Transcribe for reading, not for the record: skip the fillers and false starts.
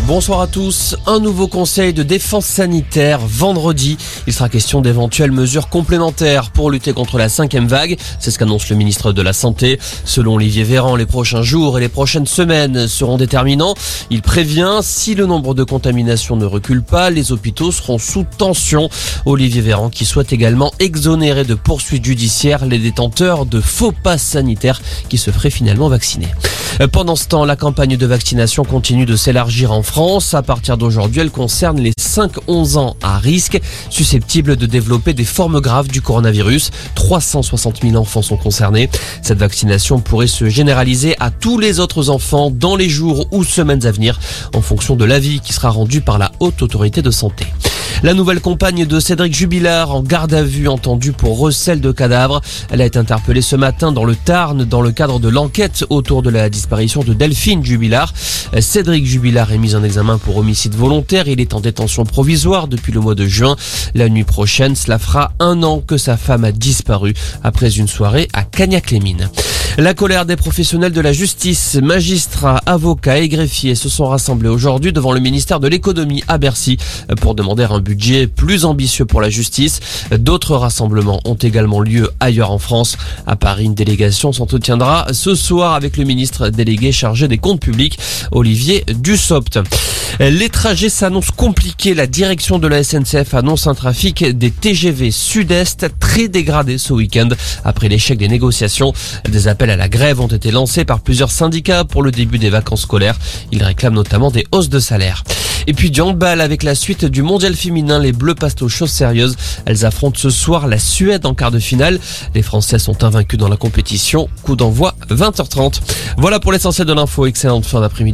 Bonsoir à tous. Un nouveau conseil de défense sanitaire vendredi. Il sera question d'éventuelles mesures complémentaires pour lutter contre la 5e vague. C'est ce qu'annonce le ministre de la Santé. Selon Olivier Véran, les prochains jours et les prochaines semaines seront déterminants. Il prévient, si le nombre de contaminations ne recule pas, les hôpitaux seront sous tension. Olivier Véran qui souhaite également exonérer de poursuites judiciaires les détenteurs de faux passes sanitaires qui se feraient finalement vacciner. Pendant ce temps, la campagne de vaccination continue de s'élargir en France. À partir d'aujourd'hui, elle concerne les 5-11 ans à risque, susceptibles de développer des formes graves du coronavirus. 360 000 enfants sont concernés. Cette vaccination pourrait se généraliser à tous les autres enfants dans les jours ou semaines à venir, en fonction de l'avis qui sera rendu par la Haute Autorité de Santé. La nouvelle compagne de Cédric Jubilard en garde à vue entendue pour recel de cadavres. Elle a été interpellée ce matin dans le Tarn dans le cadre de l'enquête autour de la disparition de Delphine Jubilard. Cédric Jubilard est mis en examen pour homicide volontaire. Il est en détention provisoire depuis le mois de juin. La nuit prochaine, cela fera 1 an que sa femme a disparu après une soirée à Cagnac-les-Mines. La colère des professionnels de la justice, magistrats, avocats et greffiers se sont rassemblés aujourd'hui devant le ministère de l'économie à Bercy pour demander un budget plus ambitieux pour la justice. D'autres rassemblements ont également lieu ailleurs en France. À Paris, une délégation s'entretiendra ce soir avec le ministre délégué chargé des comptes publics, Olivier Dussopt. Les trajets s'annoncent compliqués. La direction de la SNCF annonce un trafic des TGV Sud-Est très dégradé ce week-end après l'échec des négociations. Des appels à la grève ont été lancés par plusieurs syndicats pour le début des vacances scolaires. Ils réclament notamment des hausses de salaire. Et puis du handball avec la suite du mondial féminin. Les Bleus passent aux choses sérieuses. Elles affrontent ce soir la Suède en quart de finale. Les Français sont invaincus dans la compétition. Coup d'envoi 20h30. Voilà pour l'essentiel de l'info. Excellente fin d'après-midi.